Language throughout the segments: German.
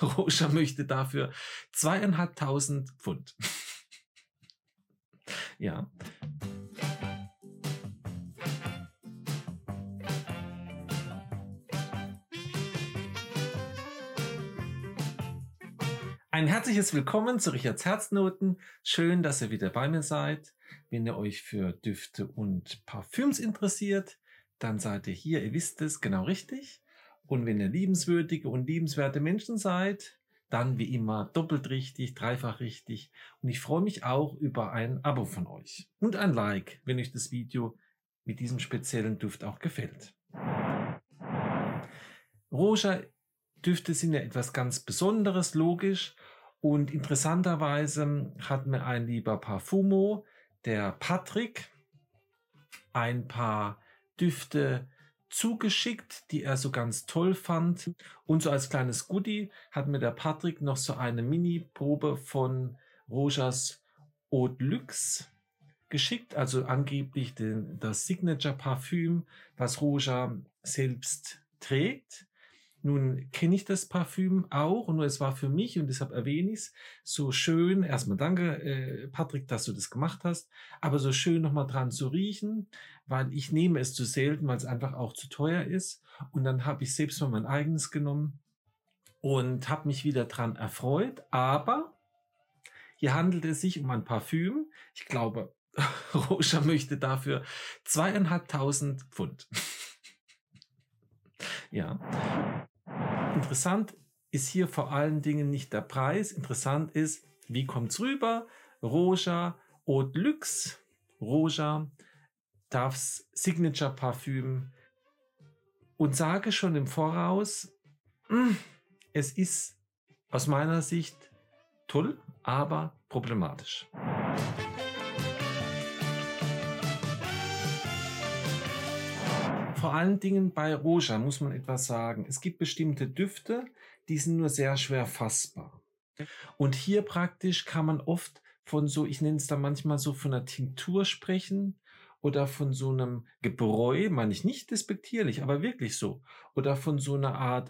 Roger möchte dafür 2.500 Pfund. Ja. Ein herzliches Willkommen zu Richards Herznoten. Schön, dass ihr wieder bei mir seid. Wenn ihr euch für Düfte und Parfüms interessiert, dann seid ihr hier, ihr wisst es, genau richtig. Und wenn ihr liebenswürdige und liebenswerte Menschen seid, dann wie immer doppelt richtig, dreifach richtig. Und ich freue mich auch über ein Abo von euch und ein Like, wenn euch das Video mit diesem speziellen Duft auch gefällt. Roger Düfte sind ja etwas ganz Besonderes, logisch. Und interessanterweise hat mir ein lieber Parfumo, der Patrick, ein paar Düfte zugeschickt, die er so ganz toll fand. Und so als kleines Goodie hat mir der Patrick noch so eine Mini-Probe von Rogers Eau de Luxe geschickt, also angeblich das Signature-Parfüm, was Roger selbst trägt. Nun kenne ich das Parfüm auch, und es war für mich, und deshalb erwähne ich es, so schön, erstmal danke Patrick, dass du das gemacht hast, aber so schön nochmal dran zu riechen, weil ich nehme es zu selten, weil es einfach auch zu teuer ist, und dann habe ich selbst mal mein eigenes genommen und habe mich wieder dran erfreut, aber hier handelt es sich um ein Parfüm, ich glaube, Roger möchte dafür 2.500 Pfund. Ja. Interessant ist hier vor allen Dingen nicht der Preis. Interessant ist, wie kommt es rüber? Roger Eau de Luxe. Roger, das Signature-Parfüm. Und sage schon im Voraus, es ist aus meiner Sicht toll, aber problematisch. Vor allen Dingen bei Roger muss man etwas sagen. Es gibt bestimmte Düfte, die sind nur sehr schwer fassbar. Und hier praktisch kann man oft von so, ich nenne es da manchmal so, von einer Tinktur sprechen oder von so einem Gebräu, meine ich nicht despektierlich, aber wirklich so. Oder von so einer Art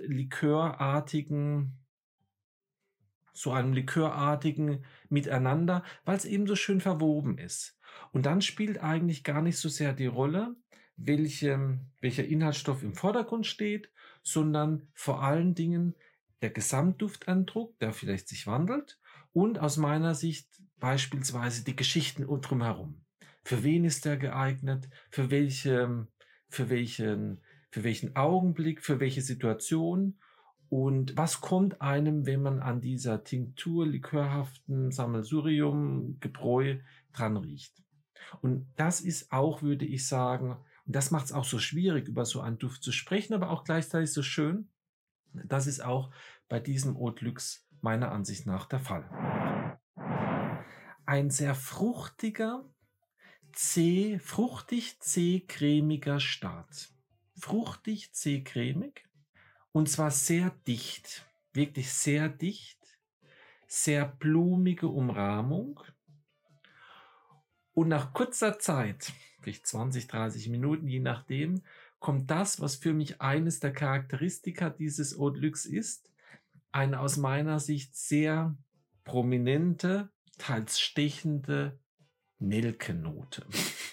so einem likörartigen Miteinander, weil es eben so schön verwoben ist. Und dann spielt eigentlich gar nicht so sehr die Rolle, welcher Inhaltsstoff im Vordergrund steht, sondern vor allen Dingen der Gesamtdufteindruck, der vielleicht sich wandelt, und aus meiner Sicht beispielsweise die Geschichten drumherum. Für wen ist der geeignet? Für welchen Augenblick? Für welche Situation? Und was kommt einem, wenn man an dieser Tinktur, likörhaften Sammelsurium, Gebräu dran riecht? Und das ist auch, würde ich sagen, und das macht es auch so schwierig, über so einen Duft zu sprechen, aber auch gleichzeitig so schön. Das ist auch bei diesem Eau de Luxe meiner Ansicht nach der Fall. Ein sehr fruchtig zäh-cremiger Start. Fruchtig zäh-cremig. Und zwar sehr dicht, wirklich sehr dicht, sehr blumige Umrahmung. Und nach kurzer Zeit, vielleicht 20, 30 Minuten, je nachdem, kommt das, was für mich eines der Charakteristika dieses Eau de Luxe ist, eine aus meiner Sicht sehr prominente, teils stechende Nelkennote.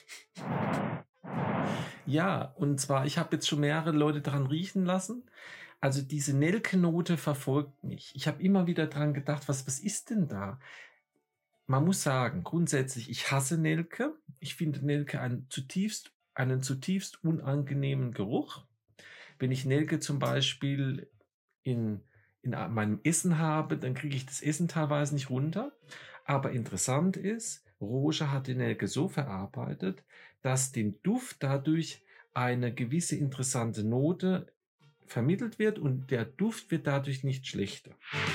Ja, und zwar, ich habe jetzt schon mehrere Leute daran riechen lassen. Also diese Nelkennote verfolgt mich. Ich habe immer wieder dran gedacht, was ist denn da? Man muss sagen, grundsätzlich, ich hasse Nelke. Ich finde Nelke einen zutiefst unangenehmen Geruch. Wenn ich Nelke zum Beispiel in meinem Essen habe, dann kriege ich das Essen teilweise nicht runter. Aber interessant ist, Roger hat die Nelke so verarbeitet, dass dem Duft dadurch eine gewisse interessante Note vermittelt wird und der Duft wird dadurch nicht schlechter.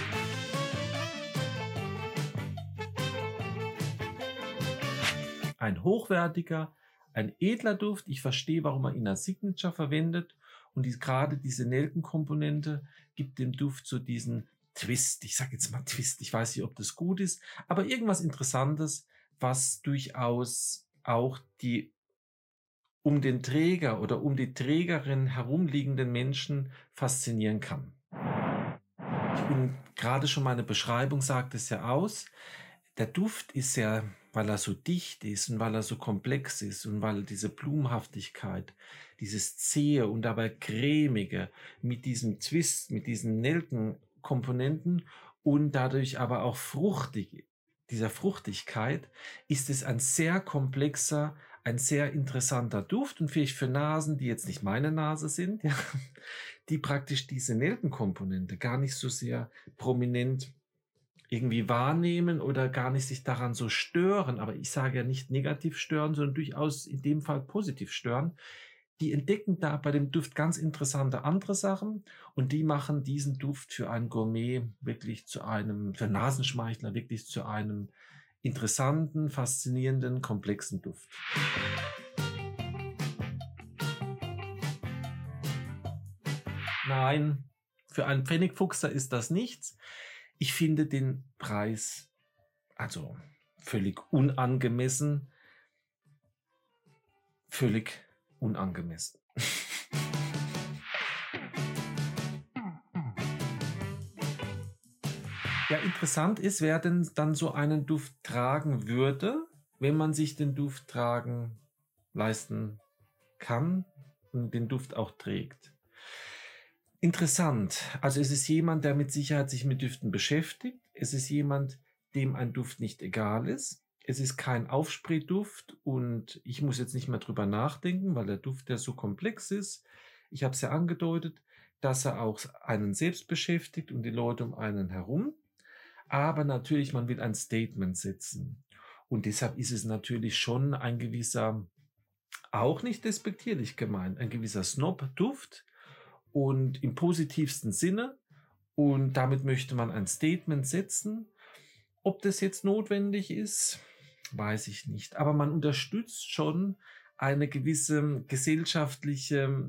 Ein hochwertiger, ein edler Duft. Ich verstehe, warum man ihn als Signature verwendet. Und gerade diese Nelkenkomponente gibt dem Duft so diesen Twist. Ich sage jetzt mal Twist. Ich weiß nicht, ob das gut ist. Aber irgendwas Interessantes, was durchaus auch die um den Träger oder um die Trägerin herumliegenden Menschen faszinieren kann. Und Gerade schon meine Beschreibung sagt es ja aus. Der Duft ist ja, weil er so dicht ist und weil er so komplex ist und weil diese Blumenhaftigkeit, dieses Zähe und dabei cremige mit diesem Twist, mit diesen Nelkenkomponenten und dadurch aber auch fruchtig, dieser Fruchtigkeit, ist es ein sehr komplexer, ein sehr interessanter Duft und vielleicht für Nasen, die jetzt nicht meine Nase sind, ja, die praktisch diese Nelkenkomponente gar nicht so sehr prominent irgendwie wahrnehmen oder gar nicht sich daran so stören, aber ich sage ja nicht negativ stören, sondern durchaus in dem Fall positiv stören. Die entdecken da bei dem Duft ganz interessante andere Sachen und die machen diesen Duft für einen Gourmet wirklich zu einem, für Nasenschmeichler wirklich zu einem interessanten, faszinierenden, komplexen Duft. Nein, für einen Pfennigfuchser ist das nichts. Ich finde den Preis also völlig unangemessen, völlig unangemessen. Ja, interessant ist, wer denn dann so einen Duft tragen würde, wenn man sich den Duft tragen leisten kann und den Duft auch trägt. Interessant. Also es ist jemand, der mit Sicherheit sich mit Düften beschäftigt. Es ist jemand, dem ein Duft nicht egal ist. Es ist kein Aufsprayduft und ich muss jetzt nicht mehr drüber nachdenken, weil der Duft ja so komplex ist. Ich habe es ja angedeutet, dass er auch einen selbst beschäftigt und die Leute um einen herum. Aber natürlich, man will ein Statement setzen. Und deshalb ist es natürlich schon ein gewisser, auch nicht despektierlich gemeint, ein gewisser Snob-Duft und im positivsten Sinne. Und damit möchte man ein Statement setzen. Ob das jetzt notwendig ist, weiß ich nicht. Aber man unterstützt schon eine gewisse gesellschaftliche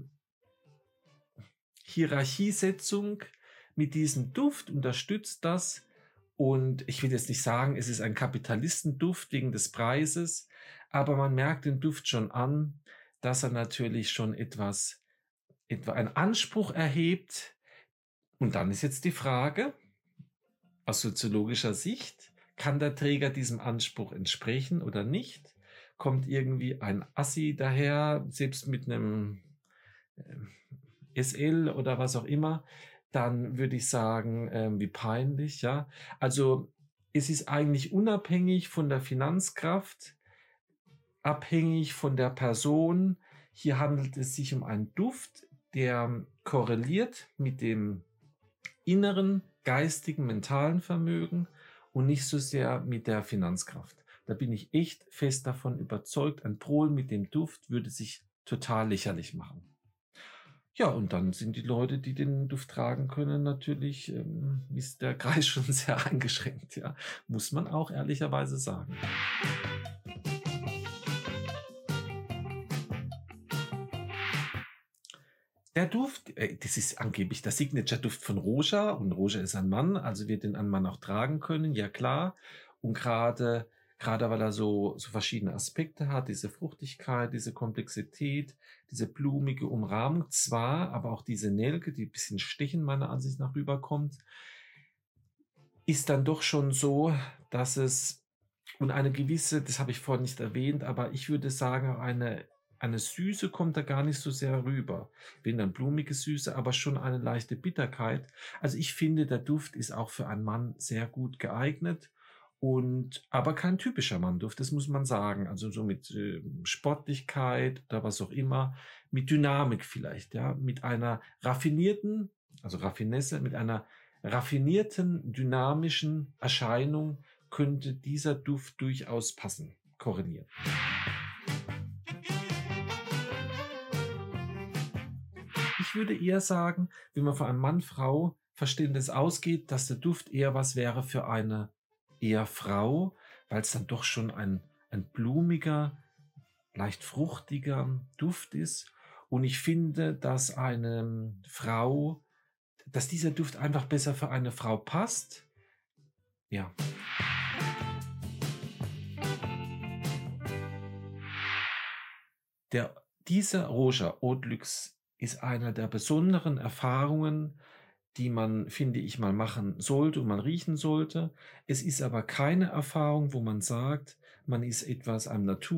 Hierarchiesetzung mit diesem Duft, unterstützt das. Und ich will jetzt nicht sagen, es ist ein Kapitalistenduft wegen des Preises, aber man merkt den Duft schon an, dass er natürlich schon etwa einen Anspruch erhebt. Und dann ist jetzt die Frage, aus soziologischer Sicht, kann der Träger diesem Anspruch entsprechen oder nicht? Kommt irgendwie ein Assi daher, selbst mit einem SL oder was auch immer, dann würde ich sagen, wie peinlich, ja. Also es ist eigentlich unabhängig von der Finanzkraft, abhängig von der Person. Hier handelt es sich um einen Duft, der korreliert mit dem inneren, geistigen, mentalen Vermögen und nicht so sehr mit der Finanzkraft. Da bin ich echt fest davon überzeugt, ein Prol mit dem Duft würde sich total lächerlich machen. Ja, und dann sind die Leute, die den Duft tragen können, natürlich ist der Kreis schon sehr eingeschränkt, ja, muss man auch ehrlicherweise sagen. Der Duft, das ist angeblich der Signature-Duft von Roja und Roja ist ein Mann, also wird den ein Mann auch tragen können, ja klar. Und gerade weil er so verschiedene Aspekte hat, diese Fruchtigkeit, diese Komplexität, diese blumige Umrahmung zwar, aber auch diese Nelke, die ein bisschen stechen meiner Ansicht nach rüberkommt, ist dann doch schon so, dass es und eine gewisse, das habe ich vorhin nicht erwähnt, aber ich würde sagen, eine Süße kommt da gar nicht so sehr rüber. Wenn dann blumige Süße, aber schon eine leichte Bitterkeit. Also ich finde, der Duft ist auch für einen Mann sehr gut geeignet und aber kein typischer Mannduft, das muss man sagen. Also so mit Sportlichkeit oder was auch immer, mit Dynamik vielleicht, ja, mit einer raffinierten, also Raffinesse, mit einer raffinierten, dynamischen Erscheinung könnte dieser Duft durchaus passen, korrelieren. Ich würde eher sagen, wenn man von einem Mann-Frau-Verständnis ausgeht, dass der Duft eher was wäre für eine eher Frau, weil es dann doch schon ein blumiger, leicht fruchtiger Duft ist. Und ich finde, dass dieser Duft einfach besser für eine Frau passt. Ja. Dieser Roja Haute Luxe ist einer der besonderen Erfahrungen, die man, finde ich, mal machen sollte und man riechen sollte. Es ist aber keine Erfahrung, wo man sagt, man ist etwas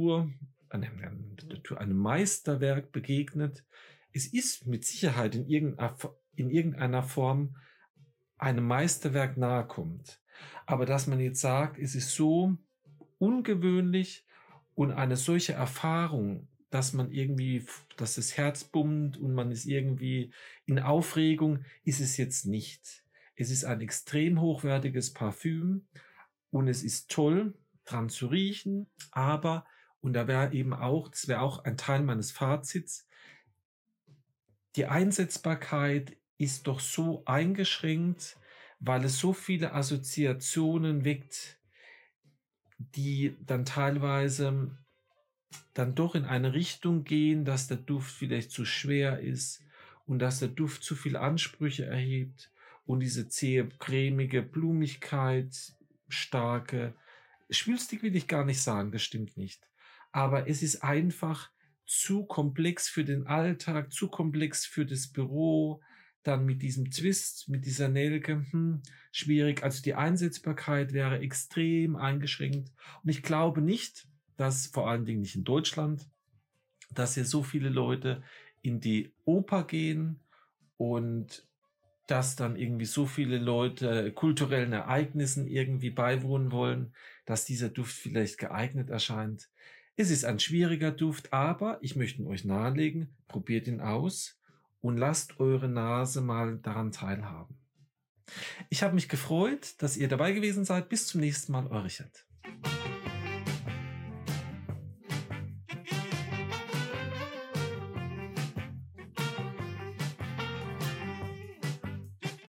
einem Meisterwerk begegnet. Es ist mit Sicherheit in irgendeiner Form einem Meisterwerk nahe kommt. Aber dass man jetzt sagt, es ist so ungewöhnlich und eine solche Erfahrung, dass man irgendwie, dass das Herz pumpt und man ist irgendwie in Aufregung, ist es jetzt nicht. Es ist ein extrem hochwertiges Parfüm und es ist toll, dran zu riechen, aber, und da wäre eben auch, das wäre auch ein Teil meines Fazits, die Einsetzbarkeit ist doch so eingeschränkt, weil es so viele Assoziationen weckt, die dann teilweise dann doch in eine Richtung gehen, dass der Duft vielleicht zu schwer ist und dass der Duft zu viel Ansprüche erhebt und diese zähe, cremige Blumigkeit, starke, schwülstig will ich gar nicht sagen, das stimmt nicht. Aber es ist einfach zu komplex für den Alltag, zu komplex für das Büro, dann mit diesem Twist, mit dieser Nelke, schwierig. Also die Einsetzbarkeit wäre extrem eingeschränkt. Und ich glaube nicht, dass vor allen Dingen nicht in Deutschland, dass hier so viele Leute in die Oper gehen und dass dann irgendwie so viele Leute kulturellen Ereignissen irgendwie beiwohnen wollen, dass dieser Duft vielleicht geeignet erscheint. Es ist ein schwieriger Duft, aber ich möchte ihn euch nahelegen, probiert ihn aus und lasst eure Nase mal daran teilhaben. Ich habe mich gefreut, dass ihr dabei gewesen seid. Bis zum nächsten Mal, euer Richard.